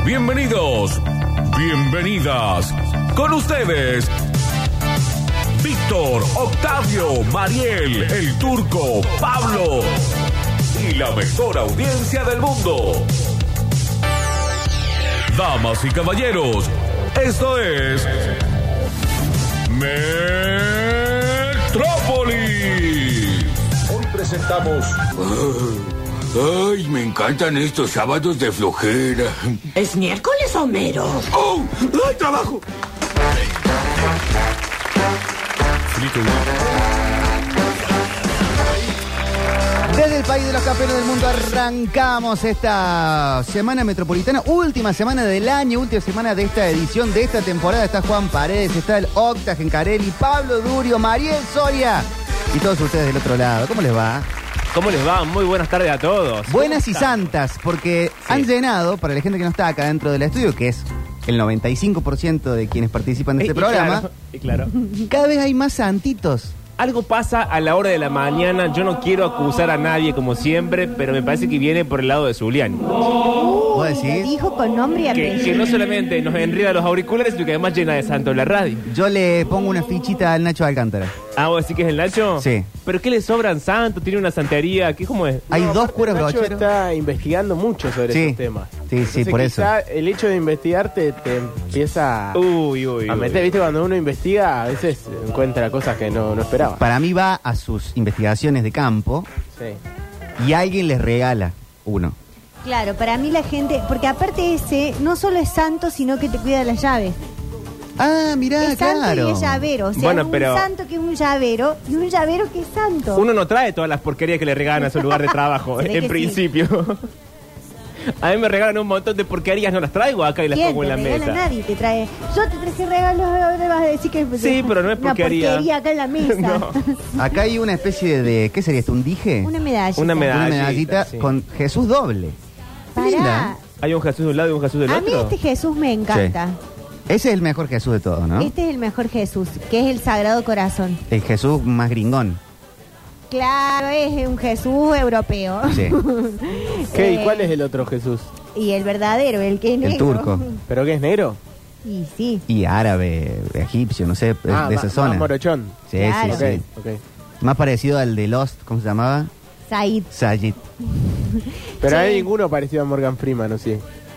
bienvenidos, bienvenidas. Con ustedes, Víctor, Octavio, Mariel, el Turco, Pablo y la mejor audiencia del mundo. Damas y caballeros, esto es Metrópolis. Hoy presentamos... Ay, me encantan estos sábados de flojera. ¿Es miércoles, Homero? ¡Oh! ¡Ay, trabajo! Desde el país de los campeones del mundo arrancamos esta semana metropolitana, última semana del año, última semana de esta edición, de esta temporada. Está Juan Paredes, está el Octa Gencarelli, Pablo Durio, Mariel Soria y todos ustedes del otro lado. ¿Cómo les va? ¿Cómo les va? Muy buenas tardes a todos. Buenas y santas, porque han llenado, para la gente que no está acá dentro del estudio, que es el 95% de quienes participan de este programa, claro. Cada vez hay más santitos. Algo pasa a la hora de la mañana. Yo no quiero acusar a nadie como siempre, pero me parece que viene por el lado de Zuliani. ¿Vos decís? Dijo con nombre y apellido. Que no solamente nos enreda los auriculares, sino que además llena de santo la radio. Yo le pongo una fichita al Nacho Alcántara. Ah, ¿vos decís que es el Nacho? Sí. ¿Pero qué le sobran santos? ¿Tiene una santería? ¿Qué cómo es? Hay dos curas Nacho brocheros. está investigando mucho sobre Sí. esos temas. Sí, Entonces, por eso. quizá el hecho de investigar te empieza a meter, ¿viste? Cuando uno investiga, a veces encuentra cosas que no esperaba. Para mí va a sus investigaciones de campo Sí. y alguien les regala uno. Claro, para mí la gente, porque aparte ese no solo es santo, sino que te cuida las llaves. Ah, mirá, Es santo claro. y es llavero. O sea, Bueno, un pero- santo que es un llavero y un llavero que es santo. Uno no trae todas las porquerías que le regalan a su lugar de trabajo, Se ve en que principio. A mí me regalan un montón de porquerías, no las traigo acá y las ¿Quién pongo en te la regala? mesa. Nadie te trae. Yo te traje regalos, ahora vas a decir que Sí, pero no es una porquería. acá en la mesa. No. Acá hay una especie de, ¿qué sería esto? ¿Un dije? Una medalla. Una medalla. Una medallita sí. con Jesús doble. Pará. Linda. Hay un Jesús de un lado y un Jesús del A mí otro. este Jesús me encanta. Ese es el mejor Jesús de todos, ¿no? Este es el mejor Jesús, que es el Sagrado Corazón. El Jesús más gringón. Claro, es un Jesús europeo. Sí. ¿Qué? ¿Y cuál es el otro Jesús? Y el verdadero, el que es negro. El turco. ¿Pero qué es negro? Y sí. Y árabe, egipcio, no sé, de esa zona. Más morochón. Sí, Claro. sí, sí. Ok. Más parecido al de Lost, ¿cómo se llamaba? Said. Sayid. Pero Sí. no hay ninguno parecido a Morgan Freeman, ¿o sí?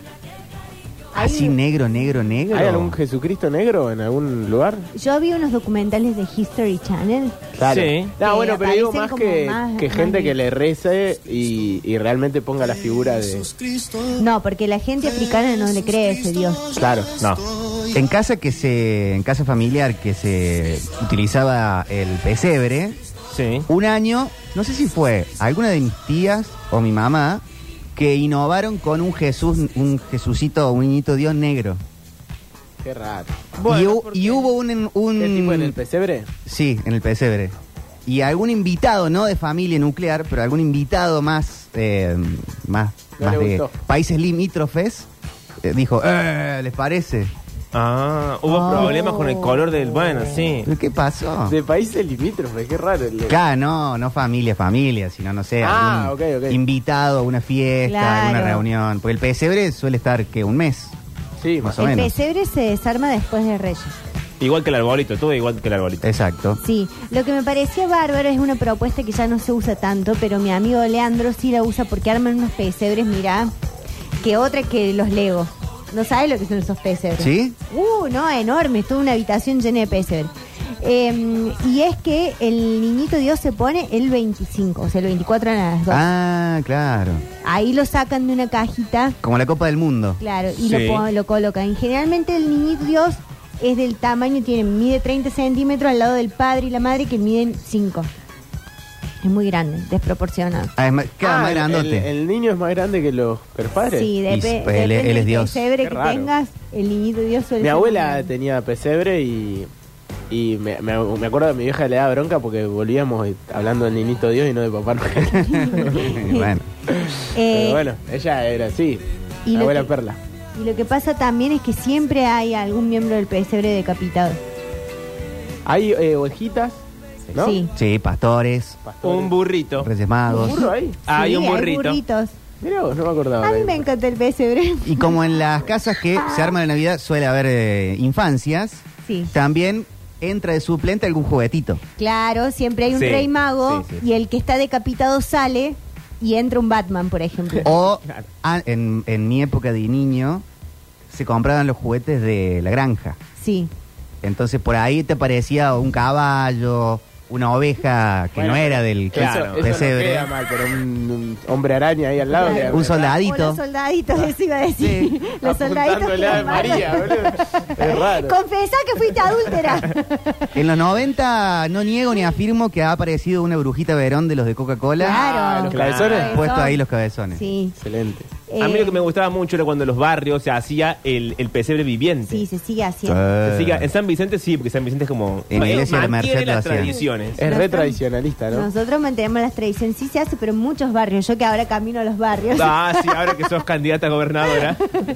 Así negro, negro, negro. ¿Hay algún Jesucristo negro en algún lugar? Yo vi unos documentales de History Channel. Claro. Sí. No, bueno, pero digo aparecen más como que, más- que más gente de- que le rece y realmente ponga la figura de... No, porque la gente africana no le cree a ese Dios. Claro. No. En casa familiar que se utilizaba el pesebre, Sí. un año, no sé si fue alguna de mis tías o mi mamá, que innovaron con un Jesucito, un niñito Dios negro. Qué raro. Y hubo un ¿Qué tipo en el pesebre? Sí, en el pesebre. Y algún invitado, no de familia nuclear, pero algún invitado más No le de gustó. países limítrofes, dijo, ¿les parece? Ah, hubo Oh. problemas con el color del... Bueno, sí. ¿Pero qué pasó? De países limítrofes, qué raro. Claro, no familia, sino, no sé, Ah, algún ok. invitado a una fiesta, Claro. alguna reunión. Porque el pesebre suele estar, ¿qué? ¿Un mes? Sí, Más o El menos. pesebre se desarma después de Reyes. Igual que el arbolito, todo igual que el arbolito. Exacto. Sí, lo que me parecía bárbaro es una propuesta que ya no se usa tanto, pero mi amigo Leandro sí la usa porque arman unos pesebres, mirá, que otra que los Legos. ¿No sabes lo que son esos pesebres? ¿Sí? No, enorme, toda una habitación llena de pesebres. Y es que el niñito Dios se pone el 25, o sea, el 24 a las 2. Ah, claro. Ahí lo sacan de una cajita, Como la Copa del Mundo. claro, y Sí. lo colocan. Y generalmente el niñito Dios es del tamaño, mide 30 centímetros al lado del padre y la madre que miden 5. Es muy grande, desproporcionado. Ah, queda más grandote. El niño es más grande que los padres. Sí, Y depende él es del Dios. pesebre Qué que raro. tengas, el niñito Dios suele Mi ser abuela más grande. tenía pesebre y me acuerdo que mi vieja le daba bronca porque volvíamos hablando del niñito Dios y no de Papá Noel. Bueno. Pero bueno, ella era así, y la lo abuela que- Perla. Y lo que pasa también es que siempre hay algún miembro del pesebre decapitado. Hay ovejitas, ¿no? Sí. Sí, pastores, Pastores. Un burrito. Reyes Magos. ¿Un burro ahí? Ah, hay Sí, un burrito. burritos. Mirá vos, no me acordaba. A mí me encanta el pesebre. Y como en las casas que se arman en Navidad suele haber infancias, Sí. también entra de suplente algún juguetito. Claro, siempre hay un Sí, rey mago sí. y el que está decapitado sale y entra un Batman, por ejemplo. O en mi época de niño se compraban los juguetes de la granja. Sí. Entonces por ahí te parecía un caballo, una oveja que Bueno, no era del claro, Eso pesebre. no queda mal, pero un hombre araña ahí al lado. Claro. queda Un mal. soldadito. O los soldaditos, eso iba a decir. Los soldaditos Apuntándole a quedan malos. María, boludo. Es raro. Confesá que fuiste adúltera. En los 90 no niego ni afirmo que ha aparecido una brujita Verón de los de Coca-Cola. Claro. los cabezones. Puesto ahí los cabezones. Sí. Excelente. A mí lo que me gustaba mucho era cuando en los barrios se hacía el pesebre viviente. Sí, se sigue haciendo. Se sigue- en San Vicente sí, porque San Vicente es como... En la iglesia de la mantiene Merced lo las hacían. tradiciones. Es re Nosotros- tradicionalista, ¿no? Nosotros mantenemos las tradiciones. Sí se hace, pero en muchos barrios. Yo que ahora camino a los barrios. Ah, sí, ahora que sos candidata a gobernadora.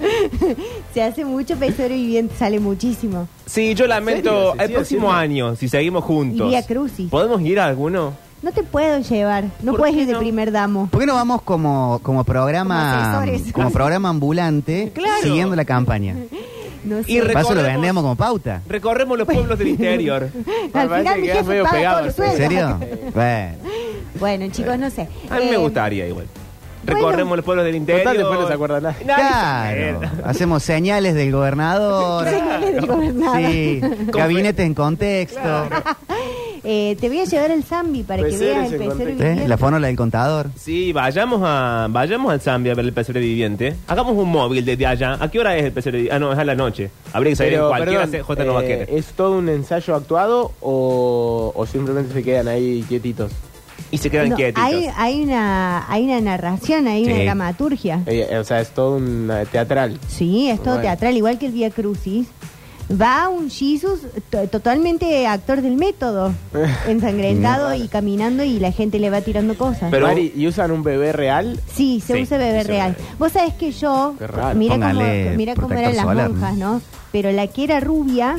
Se hace mucho pesebre viviente, sale muchísimo. Sí, yo lamento, ¿En serio? ¿Se el sigue próximo haciendo? año, si seguimos juntos. Y Vía Crucis. ¿Podemos ir a alguno? No te puedo llevar. No ¿Por puedes qué ir de no? primer damo. ¿Por qué no vamos como programa Como asesores. como programa ambulante Claro. siguiendo la campaña? No sé. Y De paso lo Recorremos- vendemos como pauta. Recorremos los pueblos del interior. Al parece final mi que quedas jefe medio paga pegado todo el al sueldo. ¿En serio? Bueno. Bueno, chicos, no sé. A mí me Eh, gustaría igual. bueno. Recorremos los pueblos del interior. Total, después no se acuerda nadie. Nadie se Claro. acuerda. Hacemos señales del gobernador. Señales del gobernador. Sí. Gabinete en contexto. Te voy a llevar el Zambi para que Pesebres veas el en pesebre contexto. viviente. La fórmula del contador. Sí, vayamos al Zambia a ver el pesebre viviente. Hagamos un móvil desde allá. ¿A qué hora es el pesebre viviente? Ah, no, es a la noche. Habría que salir en Pero, cualquier perdón, CJ no va a querer. ¿es todo un ensayo actuado o simplemente se quedan ahí quietitos? Y se quedan No, quietitos. hay una narración, hay una Sí. dramaturgia. O sea, es todo un teatral. Sí, es todo Bueno. teatral, igual que el Vía Crucis. Va un Jesus totalmente actor del método, ensangrentado y caminando y la gente le va tirando cosas. Pero- Mari, ¿y usan un bebé real? Sí, se Sí, usa bebé se real. usa. Vos sabés que yo, Qué raro. mira Póngale cómo eran las protector solar, monjas, ¿no? Pero la que era rubia,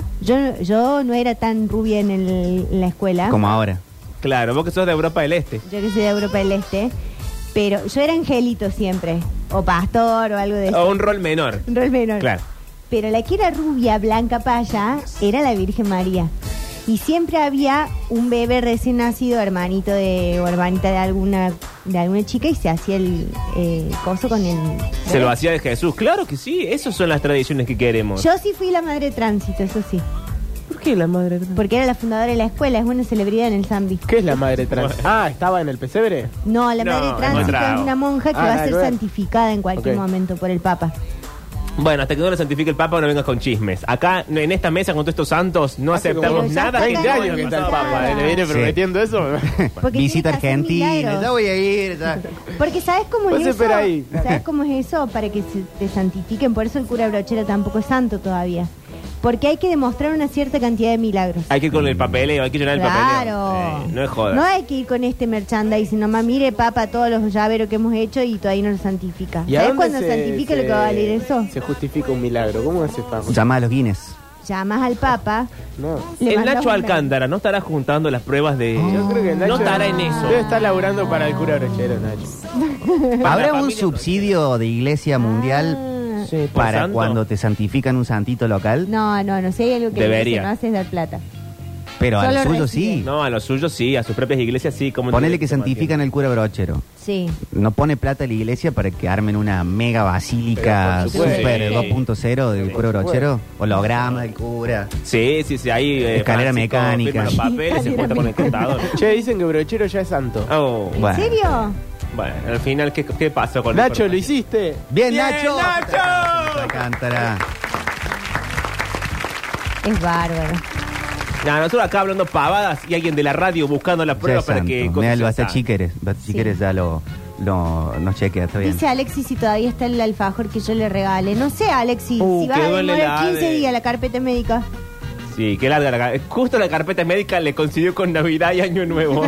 yo no era tan rubia en la escuela. Como ahora. Claro, vos que sos de Europa del Este. Yo que soy de Europa del Este. Pero yo era angelito siempre. O pastor o algo de eso. O un rol menor. Un rol menor. Claro. Pero la que era rubia, blanca paya, era la Virgen María. Y siempre había un bebé recién nacido, hermanito o hermanita de alguna chica, y se hacía el coso con el... Se bebé. lo hacía de Jesús. Claro que sí, esas son las tradiciones que queremos. Yo sí fui la madre de tránsito, eso sí. ¿Por qué la madre? Porque era la fundadora de la escuela, es una celebridad en el Zambi. ¿Qué es la madre trans? Ah, ¿estaba en el pesebre? No, la No, madre de tránsito encontrado. es una monja que Ah, va a nada ser que ver. santificada en cualquier Ok. momento por el Papa. Bueno, hasta que no lo santifique el Papa, no vengas con chismes. Acá, en esta mesa, con todos estos santos, no Hace aceptamos como nada. 20 no años que está el nada. Papa, ¿le viene Sí. prometiendo eso? Porque Visita tiene que hacer Argentina. milagros. Ya voy a ir. ya. Porque ¿sabes cómo Vos es eso? espera ahí. ¿Sabes cómo es eso? Para que se te santifiquen. Por eso el cura Brochero tampoco es santo todavía. Porque hay que demostrar una cierta cantidad de milagros. Hay que ir con el papeleo, hay que llenar el Claro. papeleo. No es joda. No hay que ir con este merchandising. Nomás mire, Papa, todos los llaveros que hemos hecho y todavía no lo santifica. ¿Y a ¿Sabes dónde cuándo santifica lo que va a valer eso? Se justifica un milagro. ¿Cómo hace Papa? Llama a los Guinness. Llamas al Papa. No. le El mandas Nacho un Alcántara no estará juntando las pruebas de... Yo creo que el Nacho No estará en eso. Debe estar laburando para el cura Brochero, Nacho. ¿Habrá la un familia subsidio de iglesia mundial Ah. Sí, por para santo. cuando te santifican un santito local? No, si hay algo que Debería. no hace es dar plata. Pero al Solo suyo recibe. sí. No, a los suyos sí, a sus propias iglesias sí. Como Ponele que santifican el cura Brochero. Sí. No pone plata a la iglesia para que armen una mega basílica Pero por supuesto. super Sí. 2.0 del cura Brochero. Holograma del cura. Sí, ahí... Escalera Francisco mecánica. firma los papeles, se cuenta con el contador. Che, dicen que Brochero ya es santo. Oh, ¿En Bueno. serio? bueno, al final, ¿qué pasó con Nacho, el lo hiciste. Bien, ¡Bien, Nacho. Nacho! Alcántara. Es bárbaro. No, nosotros acá hablando pavadas y alguien de la radio buscando las pruebas para que... Mira, el cosas Basta ya Chiqueres. Basta Chiqueres ya nos chequea, está bien. Dice Alexis si todavía está el alfajor que yo le regale. No sé, Alexis, si vas a quedó en la demorar helada 15 de- días la carpeta médica. Sí, qué larga la justo la carpeta médica le coincidió con Navidad y Año Nuevo.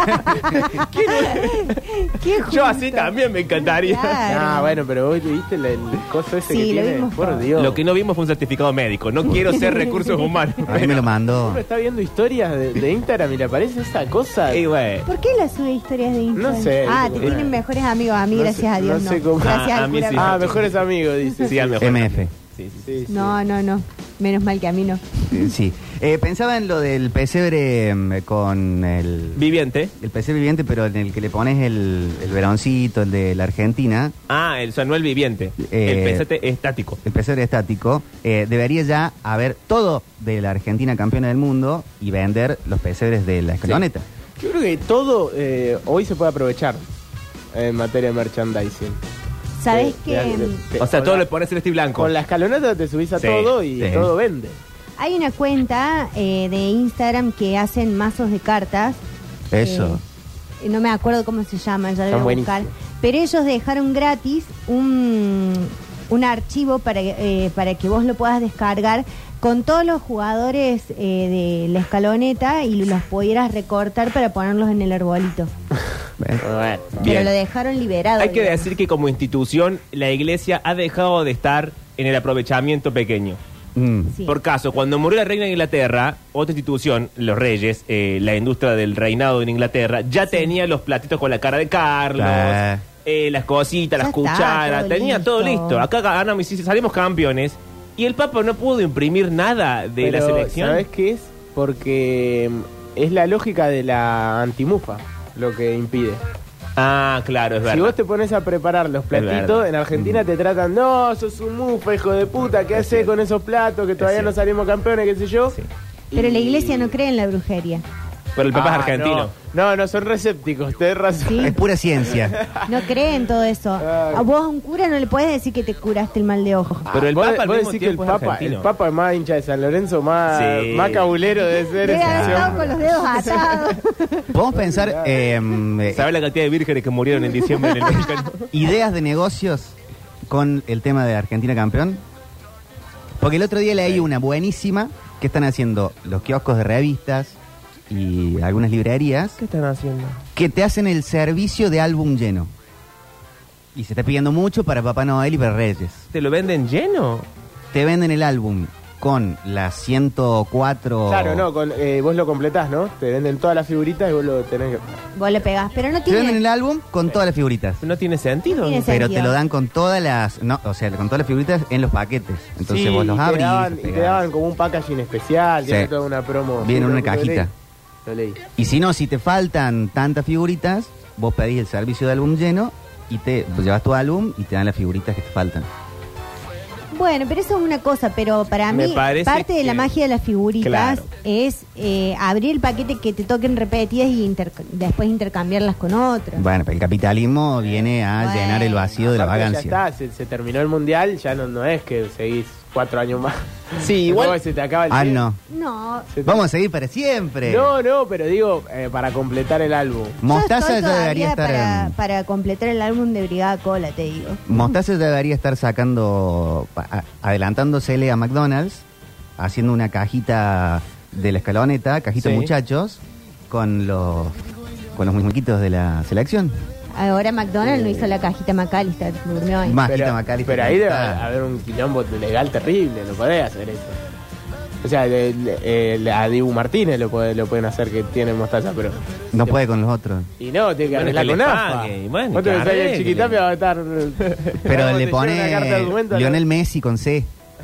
Qué Yo justo. así también me encantaría. Claro. Ah, bueno, pero vos viste el coso ese Sí, que lo tiene. vimos Por todo. Dios. Lo que no vimos fue un certificado médico. No quiero ser recursos humanos. A mí me lo mandó. Uno está viendo historias de Instagram y le aparece esa cosa. Y güey. ¿Por qué la sube historias de Instagram? No sé, Ah, digo, te tienen mejores amigos. A mí, No gracias sé- a Dios, no sé cómo. Gracias Ah, al a mí cura. sí. Ah, mejores amigos, dice. Sí, al mejor. MF. Sí, sí. Sí, sí. No. Menos mal que a mí no. Sí. Pensaba en lo del pesebre con el Viviente. pesebre viviente, pero en el que le pones el veroncito, el de la Argentina, Ah, el Sanuel viviente. El pesete estático. el pesebre estático. Debería ya haber todo de la Argentina campeona del mundo y vender los pesebres de la escaloneta. Yo creo que todo hoy se puede aprovechar en materia de merchandising. ¿Sabes Te- qué? te- O sea, con todo la- le pones celeste y blanco. Con la escaloneta te subís a Sí, todo y sí. todo vende. Hay una cuenta de Instagram que hacen mazos de cartas. Eso. No me acuerdo cómo se llama, ya lo Están voy a buscar. buenísimos. Pero ellos dejaron gratis un archivo para que vos lo puedas descargar con todos los jugadores de la escaloneta y los pudieras recortar para ponerlos en el arbolito. ¿Ves? Bueno. Pero Bien. lo dejaron liberado. Hay que digamos. decir que como institución la iglesia ha dejado de estar en el aprovechamiento pequeño. Sí. Por caso, cuando murió la reina de Inglaterra, otra institución, los reyes, la industria del reinado en Inglaterra, ya tenía los platitos con la cara de Carlos, Claro. las cositas, Ya las está, cucharas, todo tenía listo. todo listo. Acá ganamos y salimos campeones y el Papa no pudo imprimir nada de la Pero, selección. ¿sabes qué es? Porque es la lógica de la antimufa lo que impide. Ah, claro, es verdad. Si vos te pones a preparar los platitos, verdad. en Argentina te tratan, no, sos un mufa, hijo de puta, ¿qué haces con esos platos que todavía no salimos campeones, qué sé yo? Sí. Pero la Y- iglesia no cree en la brujería. Pero el Papa es argentino. No, son resépticos, tenés razón. Sí. Es pura ciencia. No cree en todo eso. Ay. A vos a un cura no le puedes decir que te curaste el mal de ojo. Pero el Vos- Papa al vos mismo decís que el tiempo es Papa, argentino. es más hincha de San Lorenzo, más, Sí. más cabulero de ser Debe ese haber estado hombre. con los dedos atados. Podemos pensar ¿Sabes la cantidad de vírgenes que murieron en diciembre en el Vaticano? ideas de negocios con el tema de Argentina campeón. Porque el otro día leí una buenísima que están haciendo los kioscos de revistas y algunas librerías ¿Qué están haciendo? que te hacen el servicio de álbum lleno. Y se está pidiendo mucho para Papá Noel y para Reyes. ¿Te lo venden lleno? Te venden el álbum con las 104... Claro, no, vos lo completás, ¿no? Te venden todas las figuritas y vos lo tenés que... Vos le pegás, pero no Te venden el tiene... álbum con todas las figuritas. No tiene sentido. Tiene Pero sentido. te lo dan con todas las... No, o sea, con todas las figuritas en los paquetes. Entonces Sí, vos los y abrís. te daban, los y te pegás. daban como un packaging especial, Sí. tiene toda una promo. Viene en una Lo cajita. Lo leí. Y si no, si te faltan tantas figuritas, vos pedís el servicio de álbum lleno y te pues, llevas tu álbum y te dan las figuritas que te faltan. Bueno, pero eso es una cosa, pero para Me mí parece parte de la que- magia de las figuritas Claro. es abrir el paquete que te toquen repetidas y después intercambiarlas con otros. Bueno, pero el capitalismo viene a Bueno. llenar el vacío de la Aparte, vagancia. Ya está, se terminó el mundial, ya no es que seguís 4 años más. Sí, igual- No, se te acaba el Ah, tiempo. no. No, Se te- Vamos a seguir para siempre. No, pero digo, para completar el álbum. Mostaza yo estoy ya debería todavía estar... para completar el álbum de Brigada Cola, te digo. Mostaza ya debería estar sacando... adelantándosele a McDonald's, haciendo una cajita de la escaloneta, cajita Sí. muchachos, con los muñequitos de la selección. Ahora McDonald's no hizo la cajita McAllister, durmió ahí. Majita McAllister. Pero ahí debe Ah. haber un quilombo legal terrible, no podés hacer eso. O sea, a Dibu Martínez lo pueden hacer que tiene mostaza, pero... No puede con los otros. Y no, tiene que Bueno, arreglar que con le AFA. pague, y bueno, Vos te que pensás que el arregle. Chiquitapia va a estar... Pero Vamos, le te lleva una carta de pone documento, ¿no? Lionel Messi con C.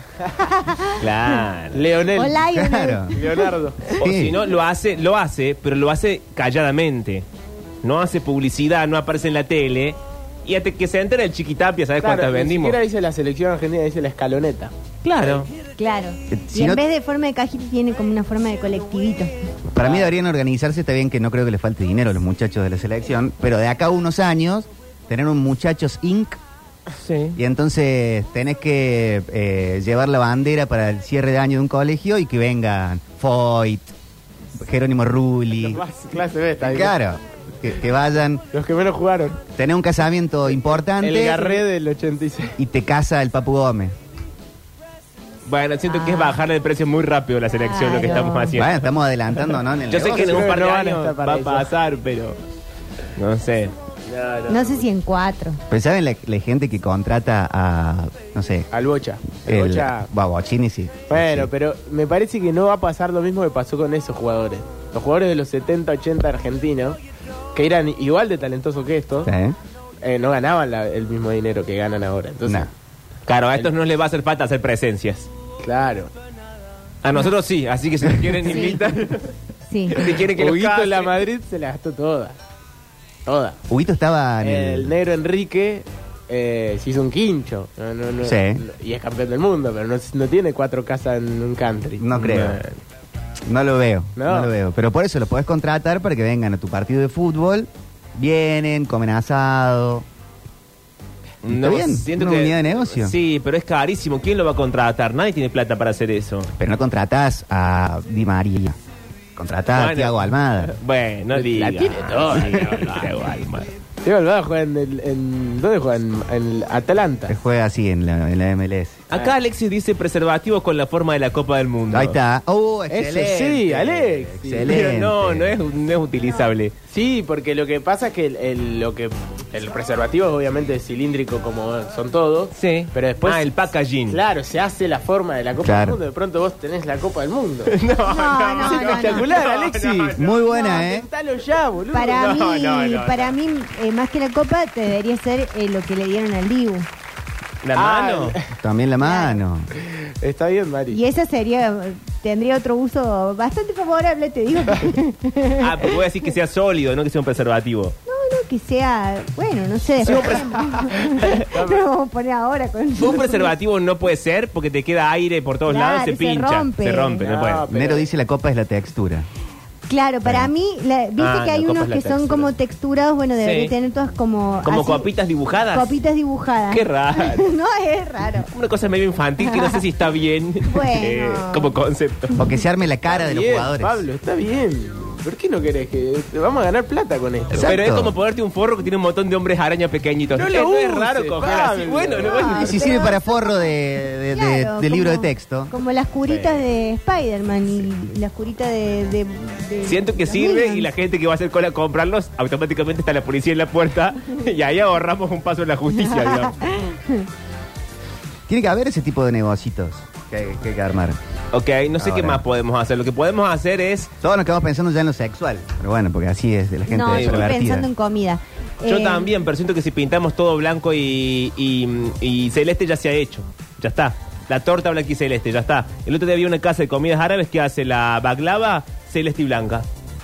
Claro. Leonel. Hola, Lionel. Claro. Leonardo. O Sí. si no, lo hace, pero lo hace calladamente. No hace publicidad, no aparece en la tele. Y hasta que se entera el Chiquitapia, ¿sabes Claro, cuántas ni vendimos? siquiera dice la selección argentina, dice la escaloneta. Claro. Claro. Si Y en no- vez de forma de cajita tiene como una forma de colectivito. Para mí deberían organizarse, está bien que no creo que les falte dinero a los muchachos de la selección, pero de acá a unos años, tener un Muchachos Inc. Sí. Y entonces tenés que llevar la bandera para el cierre de año de un colegio y que vengan Foyt, Jerónimo Rulli. Clase B está ahí. Claro, que vayan, Los que menos jugaron. tener un casamiento importante El Garré del 86. y te casa el Papu Gómez. Bueno, siento que es bajarle el precio muy rápido a la selección lo que Claro. estamos haciendo. Bueno, estamos adelantando, ¿no? En el Yo sé que en Creo un que par de no van a años estar para va a eso. pasar, pero no sé. No sé si en 4. Pensaba en la gente que contrata a, no sé, Al Bocha. El el Bocha. Bochini, sí. Bueno, Sí. pero me parece que no va a pasar lo mismo que pasó con esos jugadores. Los jugadores de los 70, 80 argentinos, que eran igual de talentosos que estos, ¿Sí? no ganaban el mismo dinero que ganan ahora. Entonces, No. Claro, a estos no les va a hacer falta hacer presencias. claro. A nosotros sí, así que si nos quieren invitar, Sí. si quieren que los Huguito en la casen. Madrid se la gastó toda. Toda. Huguito estaba en El negro Enrique se hizo un quincho. Sí. Y es campeón del mundo, pero no tiene 4 casas en un country. No creo. No lo veo, No. no lo veo. Pero por eso lo podés contratar para que vengan a tu partido de fútbol. Vienen, comen asado. No, Está bien, siento una que unidad de negocio. Sí, pero es carísimo. ¿Quién lo va a contratar? Nadie tiene plata para hacer eso. Pero no contratás a Di María. Contratás a Bueno. Thiago Almada. Bueno, no digas. La tiene toda, Sí, Thiago Almada. Diego Almada juega ¿dónde juega? En el Atalanta. Que juega así en la MLS. Acá Alexis dice preservativos con la forma de la Copa del Mundo. Ahí está. Eso Excelente. sí, Alex. Excelente. Pero no es utilizable. Sí, porque lo que pasa es que el preservativo es obviamente cilíndrico como son todos. Sí. Pero después. el packaging. Claro, se hace la forma de la Copa Claro. del Mundo. De pronto vos tenés la Copa del Mundo. No, Es espectacular, no, Alexis. no, Muy buena, ¿eh? Intentalo ya, boludo. Para No, mí, no. para mí más que la copa, te debería ser lo que le dieron al Dibu. La mano. También la mano. Está bien, Mari. Y esa tendría otro uso bastante favorable, te digo. Ah, porque voy a decir que sea sólido, no que sea un preservativo. No, que sea, bueno, no sé. Después no lo vamos a poner ahora con Un preservativo no puede ser porque te queda aire por todos Claro, lados, se se pincha. rompe. Se rompe, no No, puede. pero- Nero dice la copa es la textura. Claro, para mí, viste Ah, que hay la copa unos es la que son textura. como texturados, bueno, debería Sí. tener todas como... Como así, copitas dibujadas. Copitas dibujadas. Qué raro. No, es raro. Una cosa medio infantil que no sé si está bien Bueno. como concepto. O que se arme la cara de los Bien, jugadores. Pablo, está bien. ¿Por qué no querés que vamos a ganar plata con esto? Exacto. Pero es como ponerte un forro que tiene un montón de hombres araña pequeñitos. No lo es uses, raro coger así. Pablo. Bueno, no, No. Y si sirve para forro de Claro, libro de como- texto. Como las curitas de Spider-Man y las curitas de Siento que los sirve Minions. y la gente que va a hacer cola a comprarlos, automáticamente está la policía en la puerta y ahí ahorramos un paso en la justicia, digamos. Tiene que haber ese tipo de negocios que hay que armar. Ok, no sé qué Ahora. más podemos hacer. Lo que podemos hacer es... Todos nos quedamos pensando ya en lo sexual. Pero bueno, porque así es de la gente No, yo estoy extrovertida. pensando en comida. Yo también, pero siento que si pintamos todo blanco y celeste ya se ha hecho. Ya está. La torta blanca y celeste, ya está. El otro día había una casa de comidas árabes que hace la baklava celeste y blanca.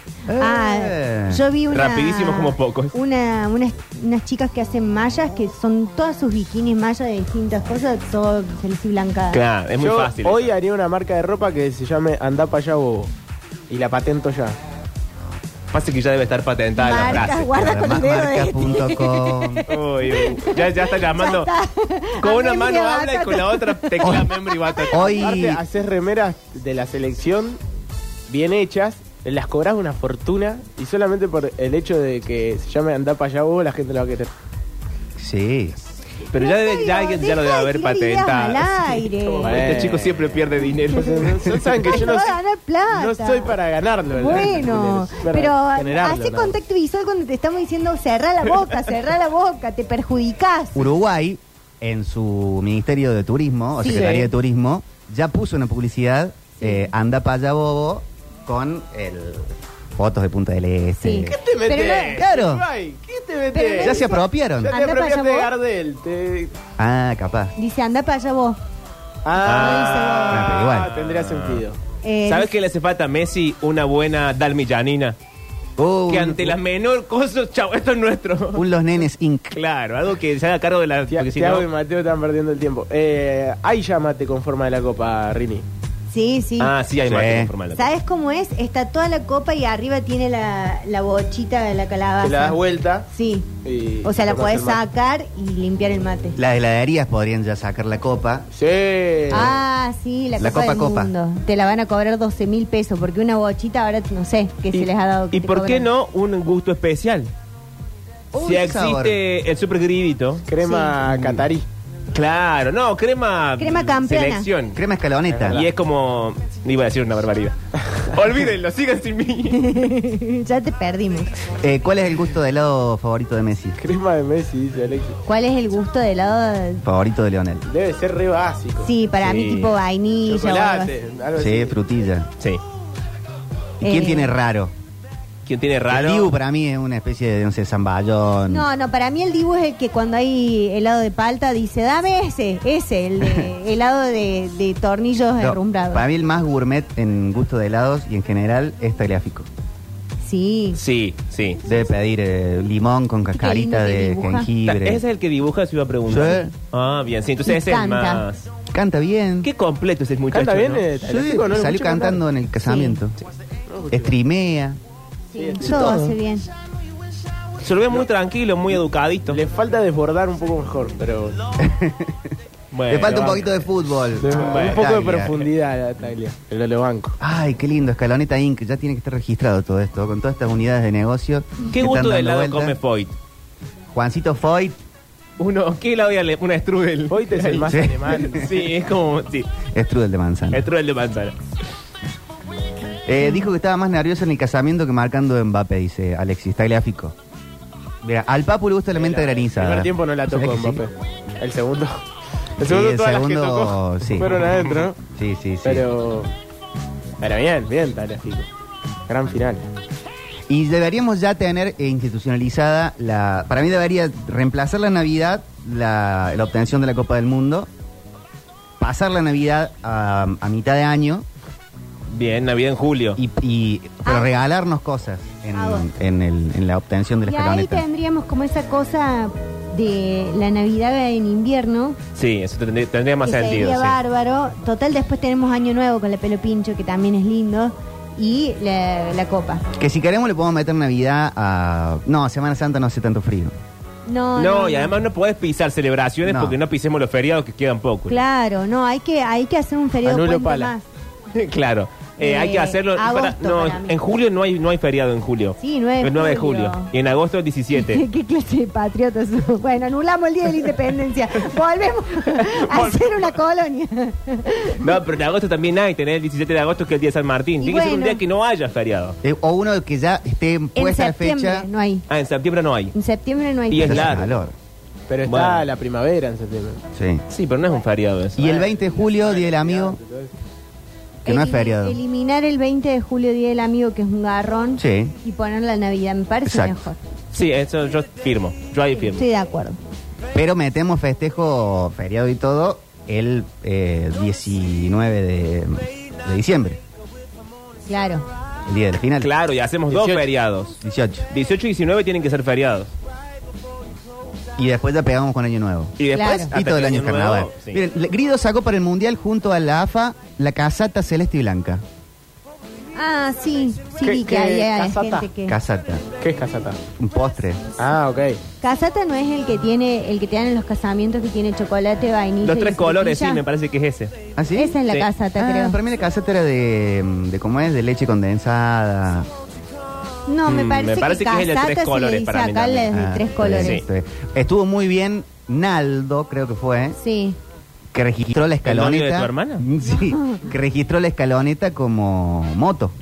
Yo vi una... Rapidísimos como pocos. Unas chicas que hacen mallas, que son todas sus bikinis mallas de distintas cosas, todo celeste y blanca. Claro, es muy Yo fácil. hoy eso. haría una marca de ropa que se llame Andá pa' allá bobo. Y la patento ya. Pasa que ya debe estar patentada la Marcas, frase. guarda con el dedo de... Marcas.com. Uy, uy. Ya está llamando. Con una mano habla y con la otra tecla membre y bata. Hoy, Aparte, haces remeras de la selección bien hechas, las cobras una fortuna y solamente por el hecho de que se llame Andá pa' allá bobo, la gente lo va a querer. sí. Pero ya alguien ya lo debe haber Deja de tirar patentado. ideas al aire. Como, Este chico siempre pierde dinero. Saben que Ay, yo no no, va a ganar plata. no soy para ganarlo. ¿verdad? Bueno, Para pero generarlo, hace ¿no? contacto visual cuando te estamos diciendo cerrá la boca, te perjudicás. Uruguay, en su Ministerio de Turismo, o Sí. Secretaría de Turismo, ya puso una publicidad, anda para allá bobo, con fotos de Punta del Este. Sí. ¿Qué te metes? Pero no- Claro. Uruguay, ¿qué te metes? Pero Ya se apropiaron. Ya te Andá pa' apropiaste allá de vos. Gardel. Ah, capaz. Dice, anda para allá vos. Ah, pero igual. Tendría sentido. ¿Sabes qué le hace falta a Messi? Una buena dalmillanina. Que ante la menor cosa, chao, esto es nuestro. un Los Nenes Inc. Claro, algo que se haga cargo de la... Porque si Tiago no... y Mateo están perdiendo el tiempo. Ahí ya mate con forma de la copa, Rini. Sí, sí. Ah, sí, hay Sí. más que conformarla. ¿Sabes cómo es? Está toda la copa y arriba tiene la bochita de la calabaza. Te la das vuelta. Sí. Y O sea, la tomás podés el mate. sacar y limpiar el mate. Las heladerías podrían ya sacar la copa. Sí. Ah, sí, la La copa del copa. mundo. Te la van a cobrar 12.000 pesos porque una bochita ahora no sé qué se les ha dado. que ¿Y te por qué cobran. no un gusto especial? Uy, Si qué sabor. existe el super gridito, Crema Sí. catarí. Claro, no, crema campeona. selección. Crema escaloneta. Y es como... Iba a decir una barbaridad. Olvídenlo, sigan sin mí. Ya te perdimos. ¿Cuál es el gusto de helado favorito de Messi? Crema de Messi, dice Alexis. ¿Cuál es el gusto de helado? Favorito de Leonel. Debe ser re básico. Sí, para mí tipo vainilla. Chocolate, algo Sí, así. frutilla. Sí. ¿Y quién tiene raro? ¿Quién tiene raro? El Dibu para mí es una especie de, no sé, zamballón. No, para mí el Dibu es el que cuando hay helado de palta dice, dame ese, el de helado de tornillos No, herrumbrados. para mí el más gourmet en gusto de helados y en general es Tagliafico. Sí. Sí. Debe pedir limón con cascarita lindo que de dibuja. jengibre. Ese es el que dibuja, se iba a preguntar. Sí. Ah, bien, sí, entonces Y ese es el canta. más... Canta bien. Qué completo es el muchacho, ¿Canta bien? ¿no? Tagliafico, ¿no? Lo Salió escuché cantando cantar. en el casamiento. Streamea. Sí, Sí, todo todo. hace bien. Se lo ve muy tranquilo, muy educadito. Le falta desbordar un poco mejor, pero Bueno, Le falta un vamos. poquito de fútbol. un poco de Taglia. profundidad a Taglia. El lo banco. Ay, qué lindo, Escaloneta Inc. Ya tiene que estar registrado todo esto, con todas estas unidades de negocio. ¿Qué que gusto están de dando helado vuelta. come Foyt? Juancito Foyt, ¿Qué helado de una strudel? Foyt es el más Sí. alemán. Sí, es como... Sí, strudel de manzana. strudel de manzana. Dijo que estaba más nervioso en el casamiento que marcando Mbappé, dice Alexis, Tagliafico. Mira, al Papu le gusta la menta El granizada. primer tiempo no la tocó ¿Sabés que Mbappé. El segundo. El Sí, segundo el todas las que segundo, tocó sí. fueron adentro, ¿no? Sí. Pero bien, Tagliafico. Gran final. Y deberíamos ya tener institucionalizada la... Para mí debería reemplazar la Navidad, la obtención de la Copa del Mundo, pasar la Navidad a mitad de año, Bien, Navidad en julio. pero regalarnos cosas en la obtención de la Y ahí escaloneta. tendríamos como esa cosa de la Navidad en invierno. Sí, eso tendría más que sentido. sería Sí. bárbaro. Total, después tenemos Año Nuevo con la pelo pincho, que también es lindo. Y la copa. Que si queremos le podemos meter Navidad a... No, Semana Santa no hace tanto frío. No, y además no podés pisar celebraciones No. porque no pisemos los feriados que quedan pocos. Claro, no, hay que hacer un feriado Anulo puente pala. más. Claro. Hay que hacerlo. Agosto no, para mí. en julio no hay feriado en julio. Sí, 9 de El 9 de julio. julio. Y en agosto el 17. ¿Qué clase de patriotas son? Bueno, anulamos el Día de la Independencia. Volvemos a hacer una colonia. No, pero en agosto también hay. Tener el 17 de agosto que es el día de San Martín. Y Tiene que ser un bueno. día que no haya feriado. O uno que ya esté En puesta la septiembre fecha. no hay. Ah, en septiembre no hay. En septiembre no hay. Y es Hace largo. calor. Pero está Bueno. la primavera en septiembre. Sí. Sí, pero no es un feriado eso. Y el 20 de julio, Día del Amigo, que no es feriado. Eliminar el 20 de julio, Día del Amigo, que es un garrón. Sí. Y poner la Navidad, me parece Exacto. mejor. Sí, eso yo firmo. Yo ahí firmo. Estoy de acuerdo. Pero metemos festejo, feriado y todo, el 19 de diciembre, Claro. el día del final. Claro, y hacemos 18. dos feriados. 18. 18 y 19 tienen que ser feriados. Y después ya pegamos con Año Nuevo. Y después... Claro. hasta Y todo el año es Nuevo, carnaval. sí. Miren, Grido sacó para el Mundial junto a la AFA la casata celeste y blanca. Ah, sí. Sí, ¿Qué- vi que qué había casata? gente que... Casata, ¿Qué es casata? un postre. Ah, ok. Casata no es el que te dan en los casamientos, que tiene chocolate, vainilla. Los y tres colores, sí, frutilla. me parece que es ese. ¿Ah, sí? Esa es la Sí. casata, Ah, creo. para mí la casata era de ¿cómo es? De leche condensada. No, me parece, me parece que es el de casata tres se colores le dice para mí acá también. la de Ah, tres está bien, colores. está bien. Estuvo muy bien Naldo, creo que fue, Sí. que registró la escaloneta. novio de tu hermana? Sí, que registró la escaloneta como moto.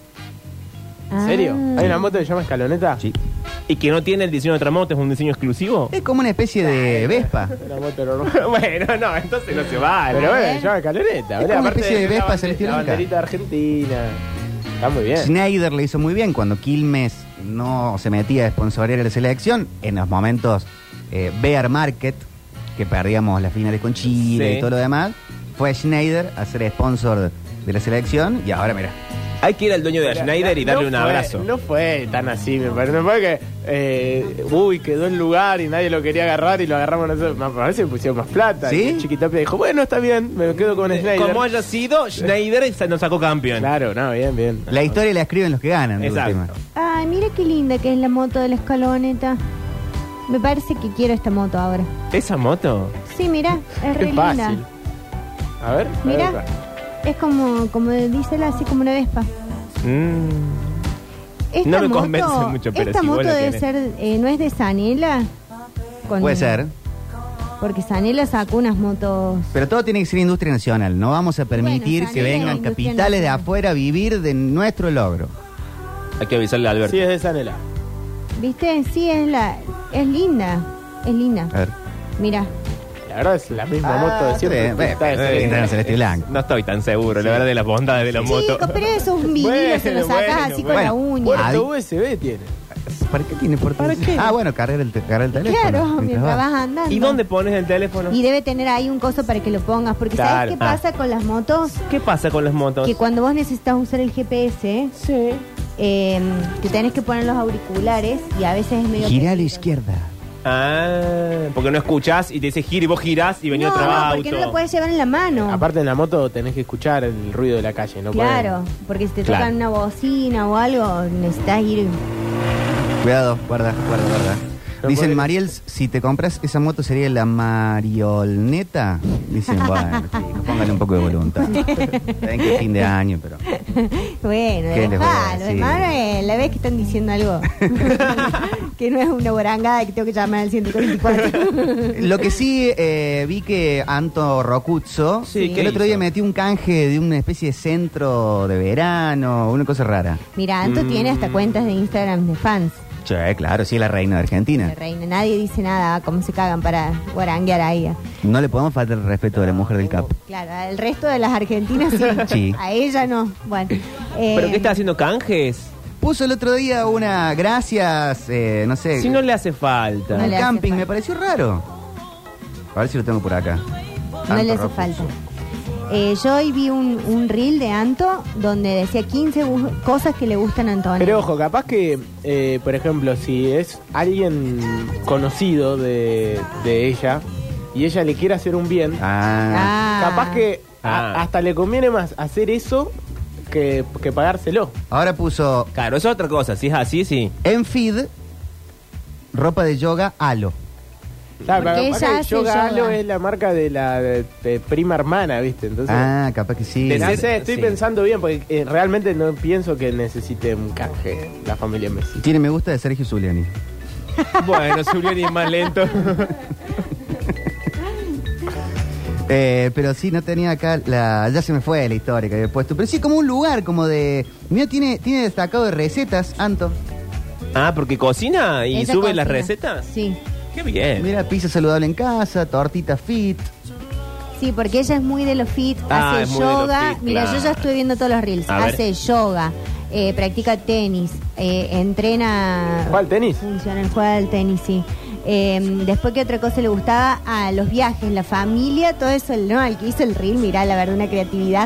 ¿En serio? Ah. ¿Hay una moto que se llama escaloneta? Sí. Y que no tiene el diseño de otra moto, es un diseño exclusivo. Es como una especie de Vespa. Una moto normal. Bueno, no, entonces no se vale. Pero bueno, se llama escaloneta. como una especie de Vespa la celeste la blanca. banderita de Argentina. Está muy bien. Schneider le hizo muy bien cuando Quilmes no se metía a sponsorear a la selección en los momentos Bear Market, que perdíamos las finales con Chile Sí. y todo lo demás. Fue Schneider a ser sponsor de la selección y ahora mira. Hay que ir al dueño de Schneider y darle No un fue- abrazo. No fue tan así, me parece. No fue que, quedó en lugar y nadie lo quería agarrar y lo agarramos nosotros. Me parece que pusieron más plata. ¿Sí? Y el Chiquitapia dijo, bueno, está bien, me quedo con Schneider. Como haya sido, Schneider nos sacó campeón. Claro, no, bien. La historia la escriben los que ganan. de Exacto. última. Ay, mira qué linda que es la moto de la escaloneta. Me parece que quiero esta moto ahora. ¿Esa moto? Sí, mira, es re Qué fácil. linda. A ver. Mira. a ver. Es como dísela, así como una Vespa. Esta No me moto, convence mucho, pero esta si vos moto la debe tenés. ser, ¿no es de Sanela? Puede ser. Porque Sanela sacó unas motos. Pero todo tiene que ser industria nacional. No vamos a permitir Bueno, que Sanela vengan es industria capitales de nacional. afuera a vivir de nuestro logro. Hay que avisarle a Alberto. Sí, es de Sanela. ¿Viste? Sí, es linda. Es linda. A ver. Mira. La verdad es la misma moto de siempre. Está de Celeste. Está en celeste y blanco. No estoy tan seguro, la verdad, de las bondades de la moto. Chicos, pero eso es un vinilo, se lo sacas así con la uña. Puerto USB tiene. ¿Para qué tiene puerto? ¿Para qué? Ah, bueno, cargar el teléfono. Claro, mientras mientras va. vas andando. ¿Y dónde pones el teléfono? Y debe tener ahí un coso para que lo pongas. Porque Claro. ¿sabes qué pasa con las motos? ¿Qué pasa con las motos? Que cuando vos necesitas usar el GPS, te tenés que poner los auriculares y a veces es medio... Gira a la peligroso. izquierda. Ah, porque no escuchás y te dice gira y vos girás y venía No, otro no, auto. porque no lo puedes llevar en la mano. Aparte en la moto tenés que escuchar el ruido de la calle, ¿no? Claro, porque si te Claro. tocan una bocina o algo, necesitas ir... Cuidado, guarda. No Dicen, puede- Mariel, si te compras esa moto sería la Marioneta. Dicen, bueno, chicos, póngale un poco de voluntad. Saben que es fin de año, pero... Bueno, ¿Qué les voy a dejalo, decir? hermano, la vez que están diciendo algo que no es una borangada que tengo que llamar al 144. Lo que sí vi que Anto Rocuzzo, Sí, que ¿qué el otro día hizo? metió un canje de una especie de centro de verano, una cosa rara. Mira, Anto tiene hasta cuentas de Instagram de fans. Sí, claro, sí, es la reina de Argentina. La reina, nadie dice nada, cómo se cagan para guaranguear a ella. No le podemos faltar el respeto a la mujer del Cap. Claro, al resto de las argentinas sí. Sí. A ella no. Bueno. ¿Pero qué está haciendo canjes? Puso el otro día una gracias, no sé, Si no le hace falta. No un le hace camping, falta. me pareció raro. A ver si lo tengo por acá. No Anto le hace Rocuzzo. falta. Yo hoy vi un reel de Anto donde decía 15 cosas que le gustan a Antonio. Pero ojo, capaz que, por ejemplo, si es alguien conocido de ella y ella le quiere hacer un bien, capaz que hasta le conviene más hacer eso que pagárselo. Ahora puso Claro, eso es otra cosa. Si es así, sí. en feed ropa de yoga Halo. Claro, Porque capaz ella que hace Yoga Halo yoga. es la marca de la de prima hermana, ¿viste? Entonces, Capaz que sí. De no ser- sé, estoy sí. pensando bien porque realmente no pienso que necesite un canje la familia Messi. Tiene me gusta de Sergio Zuliani. Bueno, Zuliani es más lento. Pero sí, no tenía acá ya se me fue la historia que había puesto. Pero sí, como un lugar, como de... Mira, tiene destacado de recetas, Anto. Ah, porque cocina y Ella sube cocina. las recetas. Sí. Qué bien. Mira, pizza saludable en casa, tortita fit. Sí, porque ella es muy de los fit, Ah, hace es muy de los yoga. fit, Mira, claro. yo ya estoy viendo todos los reels. A ver. Hace yoga, practica tenis, entrena. ¿Cuál, tenis? Funciona, juega al tenis, sí. Después, ¿qué otra cosa le gustaba? A los viajes, la familia, todo eso. No, el que hizo el reel, mirá, la verdad, una creatividad.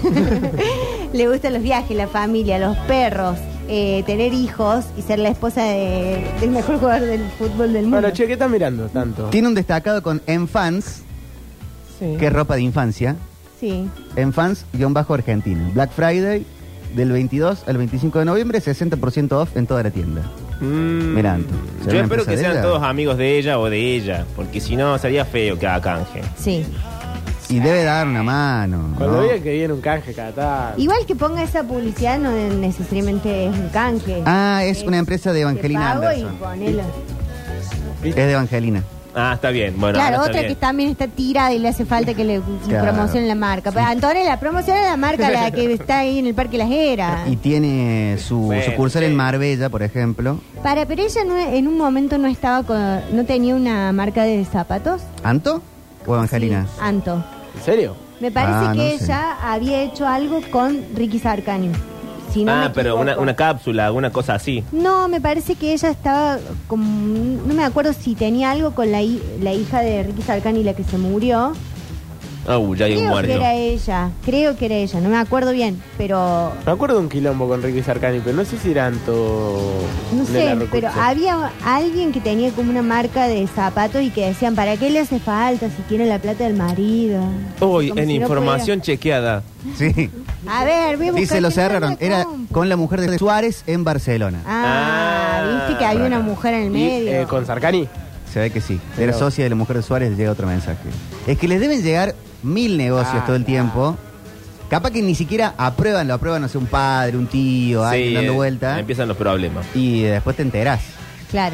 Le gustan los viajes, la familia, los perros, tener hijos y ser la esposa del mejor jugador del fútbol del mundo. Bueno, che, ¿qué estás mirando tanto? Tiene un destacado con Enfans, que es ropa de infancia. Sí. Enfans-Argentina. Black Friday, del 22 al 25 de noviembre, 60% off en toda la tienda. Mirá, Anto, ¿será Yo una espero empresa que de sean ella? todos amigos de ella o de ella, porque si no sería feo que haga canje. Sí. Y debe dar una mano, Cuando ¿no? veía que viene un canje cada tanto. Igual que ponga esa publicidad no necesariamente es un canje. Ah, es una empresa de Evangelina Te pago y Anderson. ponelo. Es de Evangelina. Ah, está bien. Bueno, Claro, ahora otra está que bien. también está tirada y le hace falta que le Claro. promocionen la marca. Pero Antonella, promociona la marca, la que está ahí en el Parque Las Heras. Y tiene su Bueno, sucursal sí. en Marbella, por ejemplo. Pero ella en un momento no estaba no tenía una marca de zapatos. ¿Anto o Evangelina? Sí, Anto. ¿En serio? Me parece Ah, que no sé. ella había hecho algo con Ricky Sarkani. Si no me pero equivoco. una cápsula, alguna cosa así. No, me parece que ella estaba como... No me acuerdo si tenía algo con la hija de Ricky Sarkani, la que se murió. Ya hay un Creo muerto. que era ella, no me acuerdo bien, pero... Me acuerdo de un quilombo con Ricky Sarkani, pero no sé si era Anto. No de la sé, Recurso. pero había alguien que tenía como una marca de zapatos y que decían, ¿para qué le hace falta si tiene la plata del marido? Uy, Como en si no información chequeada. Sí. pudiera. A ver, voy a Sí, buscar se lo que no cerraron. me Era compro. con la mujer de Suárez en Barcelona. Viste que había una mujer en el Y, medio. con Sarkani. Se ve que sí. Era Pero- socia de la mujer de Suárez, le llega otro mensaje. Es que les deben llegar 1000 negocios todo el tiempo. Capaz que ni siquiera lo aprueban, no sé, un padre, un tío, alguien dando vuelta. Empiezan los problemas. Y después te enterás. Claro.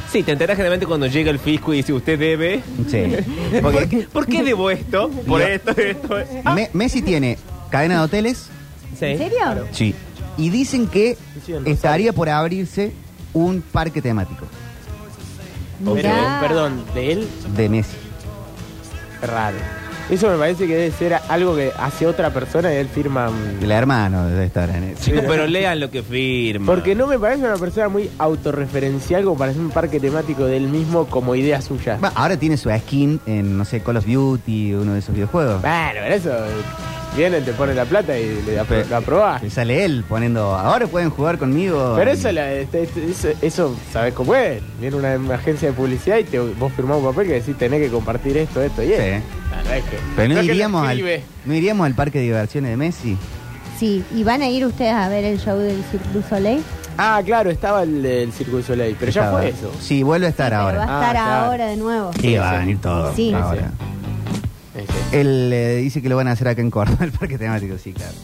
Sí, te enteras generalmente cuando llega el fisco y dice, usted debe. Sí. ¿Por qué debo esto? Por esto. Messi tiene cadena de hoteles. Sí. ¿En serio? Claro. Sí. Y dicen que Sí, en Rosario. estaría por abrirse un parque temático Mirá. Perdón, de él, de Messi. raro. Eso me parece que debe ser algo que hace otra persona y él firma. El hermano debe estar en eso. Chicos, pero lean lo que firma. Porque no me parece una persona muy autorreferencial como para hacer un parque temático de él mismo como idea suya. Bueno, ahora tiene su skin en, no sé, Call of Duty, uno de esos videojuegos. Bueno, pero eso. Vienen, te pone la plata y lo aprobás. Y sale él poniendo, ahora pueden jugar conmigo. Pero eso, ¿sabes cómo es? Viene una agencia de publicidad y vos firmás un papel que decís tenés que compartir esto y esto. Sí. No es que- Pero no es que lo iríamos escribe. ¿no iríamos al parque de diversiones de Messi? Sí, ¿y van a ir ustedes a ver el show del Cirque du Soleil? Ah, claro, estaba el Circo du Soleil, pero ya Estaba. fue eso. Sí, vuelve a estar Pero ahora. va a estar claro. ahora de nuevo. Sí, va a venir todo Sí. ahora. Sí. Él dice que lo van a hacer acá en Córdoba, el parque temático, sí, claro.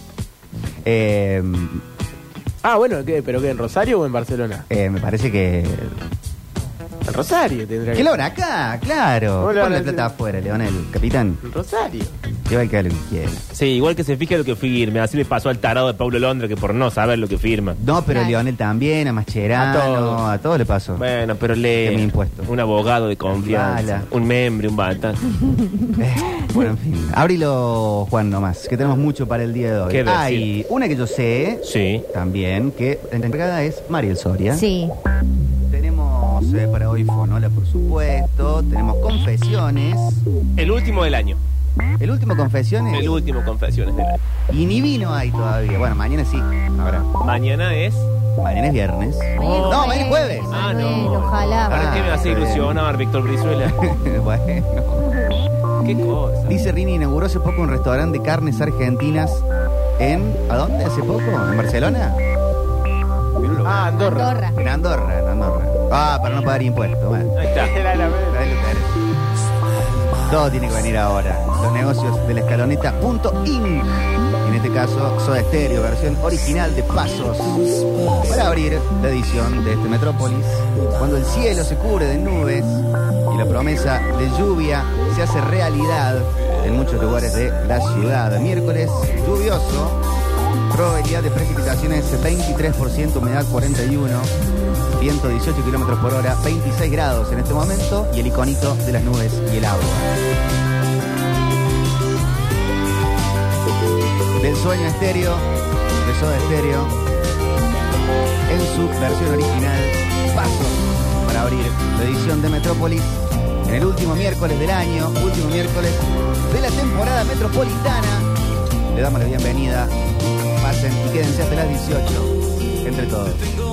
Ah, bueno, ¿qué? ¿Pero qué? ¿En Rosario o en Barcelona? Me parece que... En Rosario tendría ¿Qué que lo hará acá? Claro. ¿Cómo lo Pon la van a plata hacer? afuera, Leonel, capitán. En Rosario. Lleva el que haga lo que quiera. Sí, igual que se fije lo que firme. Así le pasó al tarado de Paulo Londra que por no saber lo que firma. No, pero Claro. Leonel también, a Mascherano, a todos le pasó. Bueno, pero lee. Que mi impuesto. Un abogado de confianza. Bala. Un membre, un bata. Bueno, en fin. Ábrilo, Juan, nomás, que tenemos mucho para el día de hoy. ¿Qué decir? Hay una que yo sé, Sí. también, que la encargada es Mariel Soria. Sí. Tenemos para hoy Fonola, por supuesto. Tenemos confesiones. El último del año. El último confesiones. El último confesiones del año. Y ni vino hay todavía. Bueno, mañana sí. Ahora. Mañana es. Mañana es viernes. No, mañana es jueves. Ah, no. Bueno, ojalá. ¿Para qué me hace está bien. ilusionar, Víctor Brizuela? Bueno. ¿Qué cosa? Dice Rini, inauguró hace poco un restaurante de carnes argentinas en... ¿A dónde hace poco? ¿En Barcelona? Ah, Andorra. Andorra. En Andorra, en Andorra. Ah, para no pagar impuestos. Bueno. Ahí está. Era la vez. Ahí lo tenés. Todo tiene que venir ahora. Los negocios de la escaloneta.inc. En este caso, Soda Stereo, versión original de Pasos. Para abrir la edición de este Metrópolis, cuando el cielo se cubre de nubes y la promesa de lluvia se hace realidad en muchos lugares de la ciudad. Miércoles lluvioso, probabilidad de precipitaciones 23%, humedad 41%. Viento 18 kilómetros por hora, 26 grados en este momento y el iconito de las nubes y el agua. Del sueño estéreo, de Soda Stereo, en su versión original, Pasos, para abrir la edición de Metrópolis en el último miércoles del año, último miércoles de la temporada metropolitana. Le damos la bienvenida, pasen y quédense hasta las 18, entre todos.